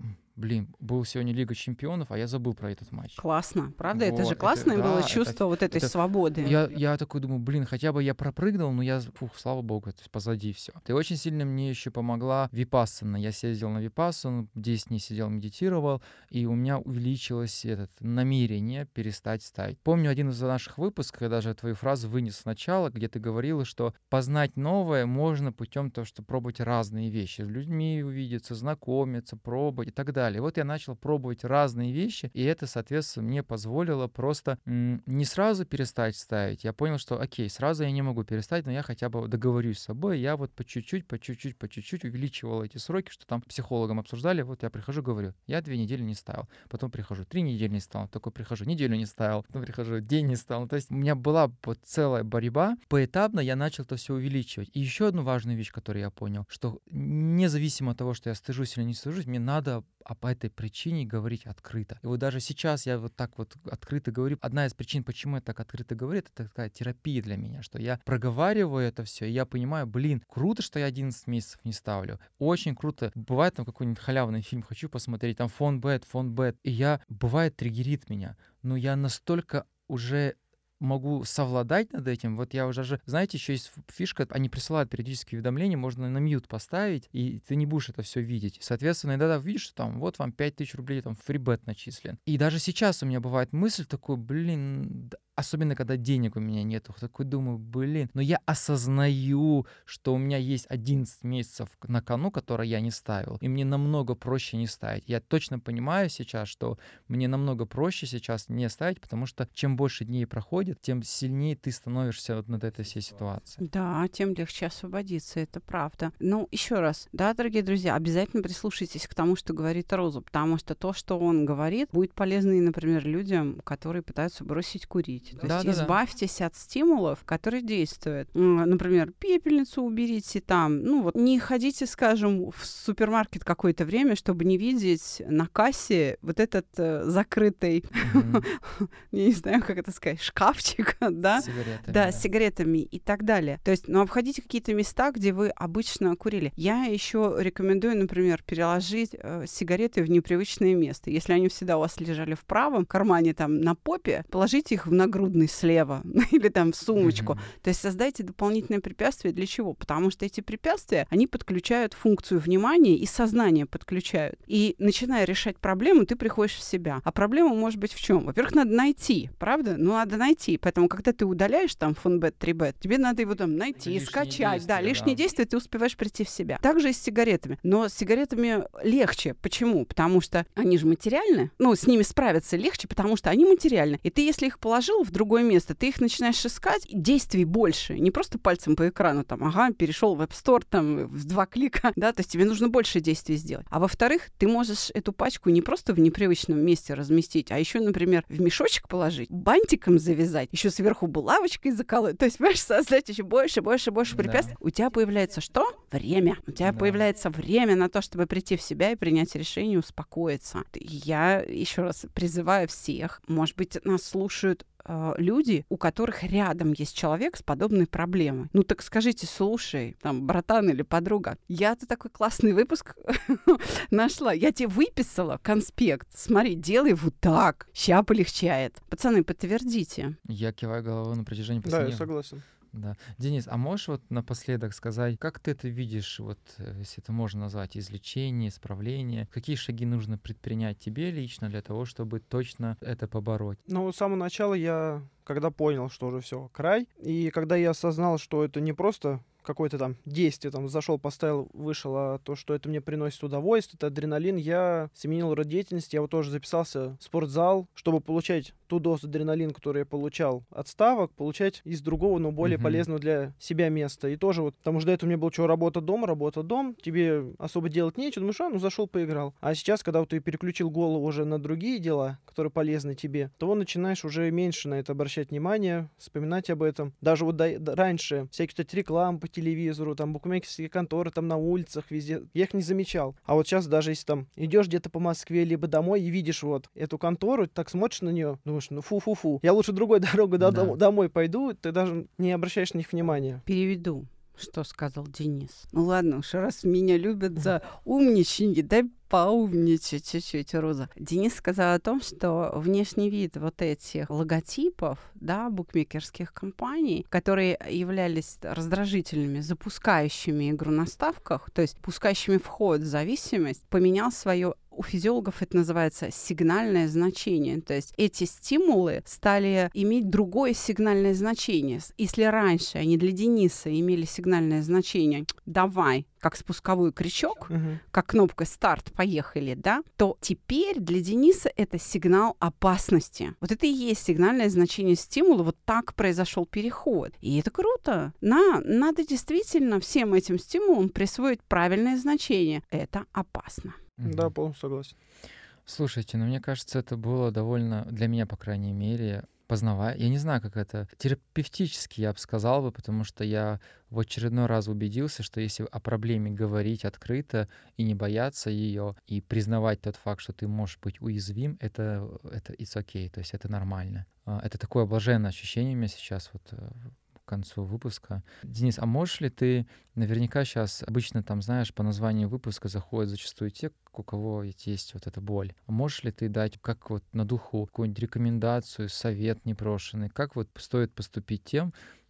был сегодня Лига Чемпионов, а я забыл про этот матч. Классно, правда? Вот, это же классное было чувство вот этой свободы. Я такой думаю, хотя бы я пропрыгнул, но слава богу, то есть позади все. И очень сильно мне еще помогла випассана. Я съездил на випассану, 10 дней сидел, медитировал, и у меня увеличилось намерение перестать ставить. Помню один из наших выпусков, я даже твою фразу вынес сначала, где ты говорила, что познать новое можно путем того, что пробовать разные вещи. С людьми увидеться, знакомиться, пробовать и так далее. И вот я начал пробовать разные вещи, и это, соответственно, мне позволило просто не сразу перестать ставить. Я понял, что окей, сразу я не могу перестать, но я хотя бы договорюсь с собой. Я вот по чуть-чуть увеличивал эти сроки, что там психологом обсуждали. Вот я прихожу, говорю, я 2 недели не ставил. Потом прихожу, 3 недели не ставил. Такой прихожу, неделю не ставил. Потом прихожу, день не ставил. То есть у меня была вот целая борьба. Поэтапно я начал это все увеличивать. И еще одну важную вещь, которую я понял, что независимо от того, что я стыжусь или не стыжусь, мне надо об этой причине говорить открыто. И вот даже сейчас я вот так вот открыто говорю. Одна из причин, почему я так открыто говорю, это такая терапия для меня, что я проговариваю это все, и я понимаю, круто, что я 11 месяцев не ставлю. Очень круто. Бывает там какой-нибудь халявный фильм, хочу посмотреть, там фон бэт, и бывает, триггерит меня. Но я настолько уже могу совладать над этим. Вот я уже... Знаете, еще есть фишка, они присылают периодические уведомления, можно на мьют поставить, и ты не будешь это все видеть. Соответственно, иногда видишь, что там вот вам 5000 рублей, там фрибет начислен. И даже сейчас у меня бывает мысль такой, особенно когда денег у меня нету, такой думаю, но я осознаю, что у меня есть 11 месяцев на кону, которые я не ставил, и мне намного проще не ставить. Я точно понимаю сейчас, что мне намного проще сейчас не ставить, потому что чем больше дней проходит, тем сильнее ты становишься вот над этой всей ситуацией. Да, тем легче освободиться, это правда. Ну, еще раз, да, дорогие друзья, обязательно прислушайтесь к тому, что говорит Роза, потому что то, что он говорит, будет полезно, например, людям, которые пытаются бросить курить. То есть избавьтесь от стимулов, которые действуют. Например, пепельницу уберите там. Не ходите, скажем, в супермаркет какое-то время, чтобы не видеть на кассе вот этот закрытый, я не знаю, как это сказать, шкафчик, да? С сигаретами и так далее. То есть, обходите какие-то места, где вы обычно курили. Я еще рекомендую, например, переложить сигареты в непривычное место. Если они всегда у вас лежали в правом кармане, там, на попе, положите их в нагрудник. нагрудный слева или там в сумочку. Мгм. То есть создайте дополнительные препятствия для чего? Потому что эти препятствия, они подключают функцию внимания и сознание подключают. И начиная решать проблему, ты приходишь в себя. А проблема может быть в чем? Во-первых, надо найти, правда? Ну, надо найти. Поэтому, когда ты удаляешь там фонбет, 3бет, тебе надо его там найти, Лишние скачать. Да, действия, лишние да. действия, ты успеваешь прийти в себя. Также и с сигаретами. Но с сигаретами легче. Почему? Потому что они же материальны. Ну, с ними справиться легче, потому что они материальны. И ты, если их положил в другое место, ты их начинаешь искать, и действий больше. Не просто пальцем по экрану, там, ага, перешел в App Store, там, в 2 клика, да, то есть тебе нужно больше действий сделать. А во-вторых, ты можешь эту пачку не просто в непривычном месте разместить, а еще, например, в мешочек положить, бантиком завязать, еще сверху булавочкой заколоть. То есть, понимаешь, создать еще больше Да. препятствий. У тебя появляется что? Время. У тебя Да. появляется время на то, чтобы прийти в себя и принять решение, успокоиться. Я еще раз призываю всех, может быть, нас слушают люди, у которых рядом есть человек с подобной проблемой. Ну так скажите, слушай, там, братан или подруга, я-то такой классный выпуск нашла, я тебе выписала конспект, смотри, делай вот так, ща полегчает. Пацаны, подтвердите. Я киваю головой на протяжении Да, я последних. согласен. Да. Денис, а можешь вот напоследок сказать, как ты это видишь, вот, если это можно назвать, излечение, исправление? Какие шаги нужно предпринять тебе лично для того, чтобы точно это побороть? Ну, с самого начала я, когда понял, что уже все, край, и когда я осознал, что это не просто какое-то там действие, там, зашел, поставил, вышел, а то, что это мне приносит удовольствие, это адреналин, я сменил род деятельности, я вот тоже записался в спортзал, чтобы получать ту дозу адреналина, которую я получал от ставок, получать из другого, но более Мгм. полезного для себя места. И тоже вот, потому что до этого у меня было что, работа, дом, тебе особо делать нечего, думаешь, ну зашел, поиграл. А сейчас, когда вот ты переключил голову уже на другие дела, которые полезны тебе, то начинаешь уже меньше на это обращать внимание, вспоминать об этом. Даже вот раньше всякие, кстати, рекламы по телевизору, там букмекерские конторы, там на улицах, везде, я их не замечал. А вот сейчас даже если там идешь где-то по Москве, либо домой и видишь вот эту контору, так смотришь на нее, думаешь, ну фу-фу-фу, я лучше другой дорогой Да. домой пойду, ты даже не обращаешь на них внимания. Переведу, что сказал Денис. Ну ладно уж, раз меня любят за умничанье, дай поумничать чуть-чуть, Роза. Денис сказал о том, что внешний вид вот этих логотипов, да, букмекерских компаний, которые являлись раздражительными, запускающими игру на ставках, то есть пускающими в ход зависимость, поменял свое. У физиологов это называется сигнальное значение. То есть эти стимулы стали иметь другое сигнальное значение. Если раньше они для Дениса имели сигнальное значение «давай», как спусковой крючок, как кнопка «старт», поехали, да, то теперь для Дениса это сигнал опасности. Вот это и есть сигнальное значение стимула. Вот так произошел переход. И это круто. Надо действительно всем этим стимулам присвоить правильное значение. Это опасно. Да, полностью согласен. Слушайте, ну мне кажется, это было довольно, для меня, по крайней мере, познавая. Я не знаю, как это терапевтически, я бы сказал бы, потому что я в очередной раз убедился, что если о проблеме говорить открыто и не бояться ее, и признавать тот факт, что ты можешь быть уязвим, это it's okay, то есть это нормально. Это такое блаженное ощущение у меня сейчас вот к концу выпуска. Денис, а можешь ли ты, наверняка сейчас обычно там, знаешь, по названию выпуска заходят зачастую те, у кого есть вот эта боль. А можешь ли ты дать, как вот на духу, какую-нибудь рекомендацию, совет непрошенный, как вот стоит поступить тем,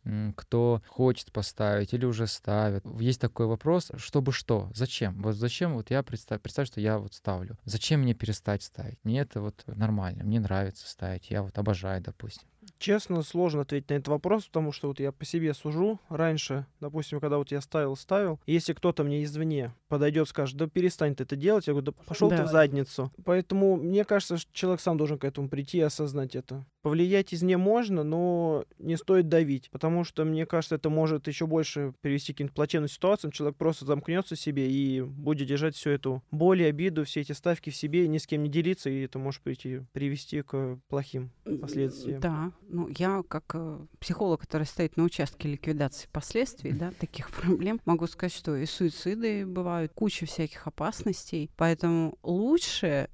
кто хочет поставить или уже ставит. Есть такой вопрос, чтобы что? Зачем? Вот зачем вот я представь, что я вот ставлю. Зачем мне перестать ставить? Мне это вот нормально, мне нравится ставить, я вот обожаю, допустим. Честно, сложно ответить на этот вопрос, потому что вот я по себе сужу. Раньше, допустим, когда вот я ставил, если кто-то мне извне подойдет, скажет, да перестань ты это делать, я говорю, да пошел ты в задницу. Поэтому мне кажется, что человек сам должен к этому прийти и осознать это. Повлиять извне можно, но не стоит давить, потому что, мне кажется, это может еще больше привести к каким-то плачевным ситуациям. Человек просто замкнется в себе и будет держать всю эту боль и обиду, все эти ставки в себе, ни с кем не делиться, и это может привести к плохим последствиям. Да, ну я как психолог, который стоит на участке ликвидации последствий, да, таких проблем, могу сказать, что и суициды бывают, куча всяких опасностей, поэтому лучше,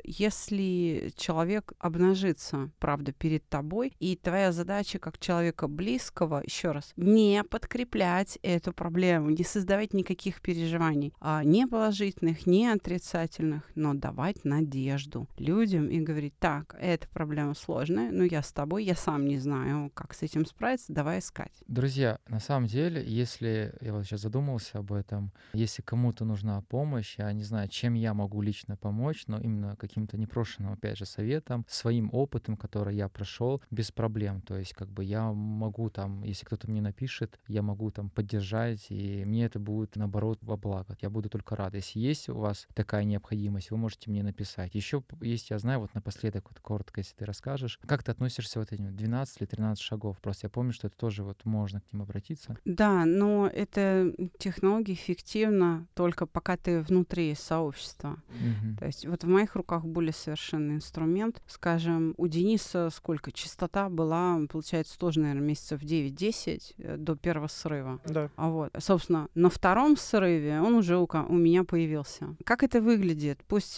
если человек обнажится, правда, перед тобой, и твоя задача как человека близкого, еще раз, не подкреплять эту проблему, не создавать никаких переживаний, ни положительных, ни отрицательных, но давать надежду людям и говорить, так, эта проблема сложная, но я с тобой, я сам не знаю, как с этим справиться, давай искать. Друзья, на самом деле, если я вот сейчас задумался об этом, если кому-то нужна помощь, я не знаю, чем я могу лично помочь, но именно каким-то непрошенным, опять же, советом, своим опытом, который я прошел, без проблем. То есть как бы я могу там, если кто-то мне напишет, я могу там поддержать, и мне это будет, наоборот, во благо. Я буду только рад. Если есть у вас такая необходимость, вы можете мне написать. Еще есть, я знаю, вот напоследок, вот коротко, если ты расскажешь, как ты относишься вот этим 12 или 13 шагов? Просто я помню, что это тоже вот можно к ним обратиться. Да, но эта технология эффективна только пока ты внутри сообщества. То есть вот в моих руках более совершенный инструмент. Скажем, у Дениса сколько? Частота была, получается, тоже, наверное, месяцев 9-10 до первого срыва. Да. А вот, собственно, на втором срыве он уже у меня появился. Как это выглядит? Пусть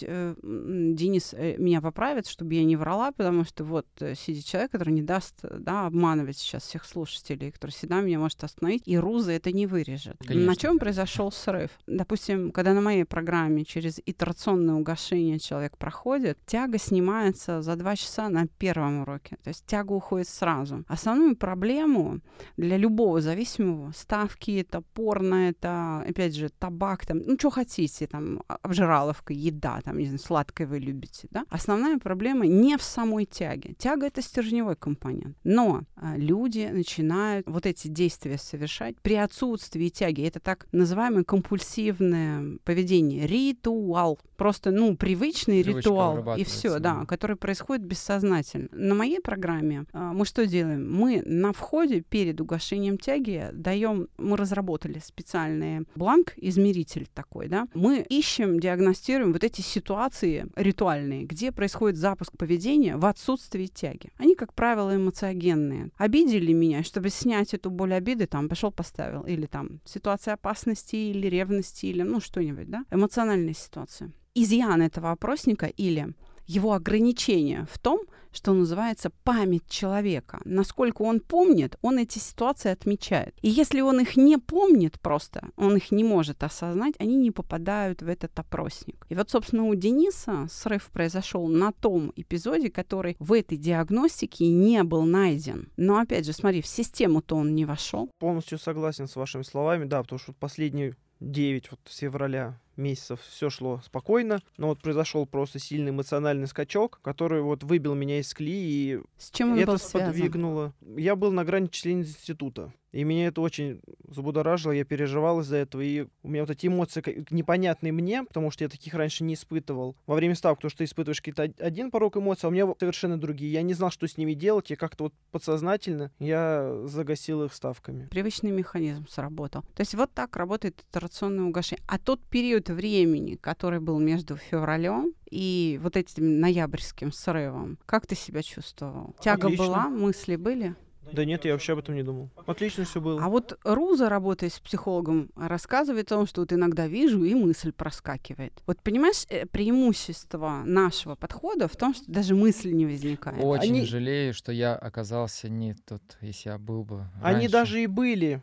Денис меня поправит, чтобы я не врала, потому что вот сидит человек, который не даст обманывать сейчас всех слушателей, который всегда меня может остановить, и Руза это не вырежет. Конечно. На чем произошел срыв? Допустим, когда на моей программе через итерационное угошение человек проходит, тяга снимается за 2 часа на первом уроке. То есть тяга уходит сразу. Основную проблему для любого зависимого, ставки, это порно, это, опять же, табак, там, ну, что хотите, там, обжираловка, еда, там, не знаю, сладкое вы любите, да? Основная проблема не в самой тяге. Тяга — это стержневой компонент. Но люди начинают вот эти действия совершать при отсутствии тяги. Это так называемое компульсивное поведение. Ритуал. Просто, привычный Привычка ритуал. И все, да, да. который происходит бессознательно. На моей программе мы что делаем? Мы на входе перед угошением тяги мы разработали специальный бланк-измеритель такой, да. Мы ищем, диагностируем вот эти ситуации ритуальные, где происходит запуск поведения в отсутствии тяги. Они, как правило, эмоциогенные. Обидели меня, чтобы снять эту боль обиды, там, пошел поставил. Или там ситуация опасности, или ревности, или что-нибудь, да. Эмоциональная ситуация. Изъян этого опросника или его ограничение в том, что называется память человека. Насколько он помнит, он эти ситуации отмечает. И если он их не помнит просто, он их не может осознать, они не попадают в этот опросник. И вот, собственно, у Дениса срыв произошел на том эпизоде, который в этой диагностике не был найден. Но, опять же, смотри, в систему-то он не вошел. Полностью согласен с вашими словами, да, потому что последние 9 с февраля месяцев все шло спокойно, но вот произошел просто сильный эмоциональный скачок, который вот выбил меня из колеи, и с чем он это был связан? сподвигнуло. Я был на грани отчисления из института, и меня это очень забудоражило, я переживал из-за этого, и у меня вот эти эмоции непонятные мне, потому что я таких раньше не испытывал. Во время ставок, то, что ты испытываешь какие-то один порог эмоций, а у меня совершенно другие. Я не знал, что с ними делать, и как-то вот подсознательно я загасил их ставками. Привычный механизм сработал. То есть вот так работает итерационное угошение. А тот период времени, который был между февралем и вот этим ноябрьским срывом, как ты себя чувствовал? Тяга Отлично. была, мысли были? Да нет, я вообще об этом не думал. Отлично все было. А вот Руза, работая с психологом, рассказывает о том, что вот иногда вижу, и мысль проскакивает. Вот понимаешь, преимущество нашего подхода в том, что даже мысли не возникает. Очень жалею, что я оказался не тот, если я был бы Они раньше. даже и были,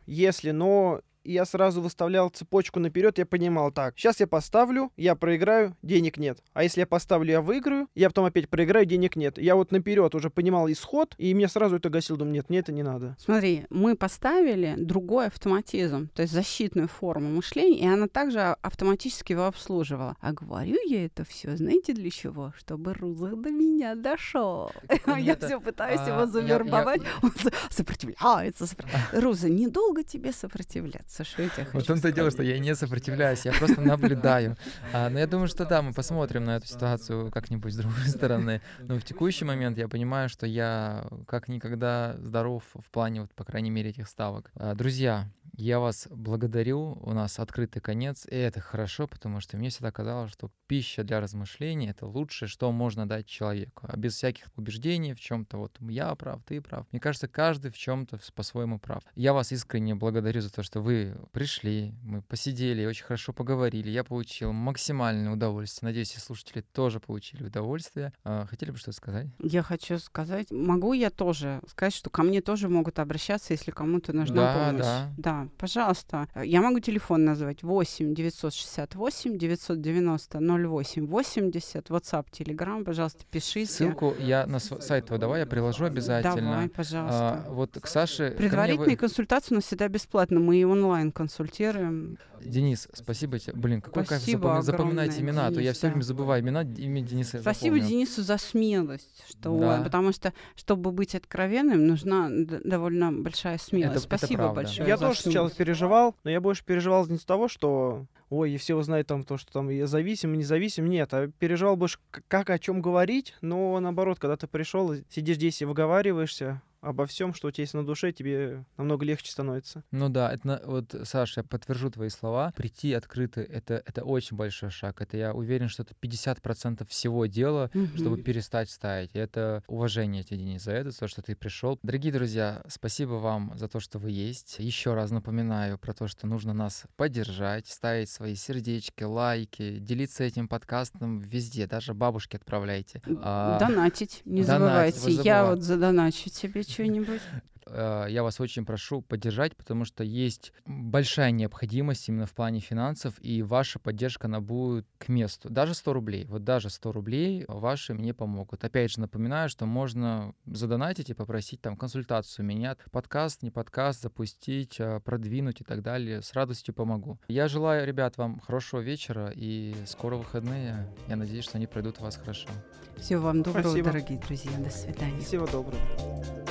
но я сразу выставлял цепочку наперед, я понимал, так, сейчас я поставлю, я проиграю, денег нет. А если я поставлю, я выиграю, я потом опять проиграю, денег нет. Я вот наперед уже понимал исход, и мне сразу это гасил, думаю, нет, мне это не надо. Смотри, мы поставили другой автоматизм, то есть защитную форму мышления, и она также автоматически его обслуживала. А говорю я это все, знаете, для чего? Чтобы Руза до меня дошел. Я все пытаюсь его завербовать, он сопротивляется. Руза, недолго тебе сопротивляться. Что я тебе хочу Вот в том-то и дело, что я не сопротивляюсь, я просто наблюдаю. Но я думаю, что да, мы посмотрим на эту ситуацию как-нибудь с другой стороны. Но в текущий момент я понимаю, что я как никогда здоров в плане, вот, по крайней мере, этих ставок. Друзья, я вас благодарю, у нас открытый конец, и это хорошо, потому что мне всегда казалось, что пища для размышлений — это лучшее, что можно дать человеку, а без всяких убеждений в чем-то, вот я прав, ты прав. Мне кажется, каждый в чем-то по-своему прав. Я вас искренне благодарю за то, что вы пришли, мы посидели, очень хорошо поговорили, я получил максимальное удовольствие. Надеюсь, и слушатели тоже получили удовольствие. Хотели бы что-то сказать? Я хочу сказать, могу я тоже сказать, что ко мне тоже могут обращаться, если кому-то нужна помощь. Да. Да, пожалуйста. Я могу телефон назвать 8 968 990 08 80. WhatsApp, Telegram, пожалуйста, пишите. Ссылку я на сайт твой давай, я приложу обязательно. Давай, пожалуйста. Вот к Саше... Предварительные консультации у нас всегда бесплатно. Мы и онлайн консультируем. Денис, спасибо тебе. Блин, какой кайф запоминать огромное, имена, а то я Денис, все время да. забываю имя Дениса. Я Спасибо запомнил. Денису за смелость, Да. потому что, чтобы быть откровенным, нужна довольно большая смелость. Это Спасибо правда. большое. Я за тоже сначала смелость. переживал, но я больше переживал не с того, что ой, и все узнают там то, что там я зависим, независим. Нет, а переживал больше, как о чем говорить, но наоборот, когда ты пришел, сидишь здесь и выговариваешься обо всем, что у тебя есть на душе, тебе намного легче становится. Ну да, вот, Саша, я подтвержу твои слова. Прийти открыто — это очень большой шаг. Это, я уверен, что это 50% всего дела, чтобы перестать ставить. И это уважение тебе, Денис, за это, за то, что ты пришел. Дорогие друзья, спасибо вам за то, что вы есть. Еще раз напоминаю про то, что нужно нас поддержать, ставить свои сердечки, лайки, делиться этим подкастом везде, даже бабушке отправляйте. Донатить, не донатить, забывайте. Я вот задоначу тебе что-нибудь. Я вас очень прошу поддержать, потому что есть большая необходимость именно в плане финансов, и ваша поддержка, она будет к месту. Даже 100 рублей. Вот даже 100 рублей ваши мне помогут. Опять же, напоминаю, что можно задонатить и попросить там консультацию меня. Подкаст, не подкаст, запустить, продвинуть и так далее. С радостью помогу. Я желаю, ребят, вам хорошего вечера и скоро выходные. Я надеюсь, что они пройдут у вас хорошо. Всего вам доброго, Спасибо. дорогие друзья. До свидания. Всего доброго.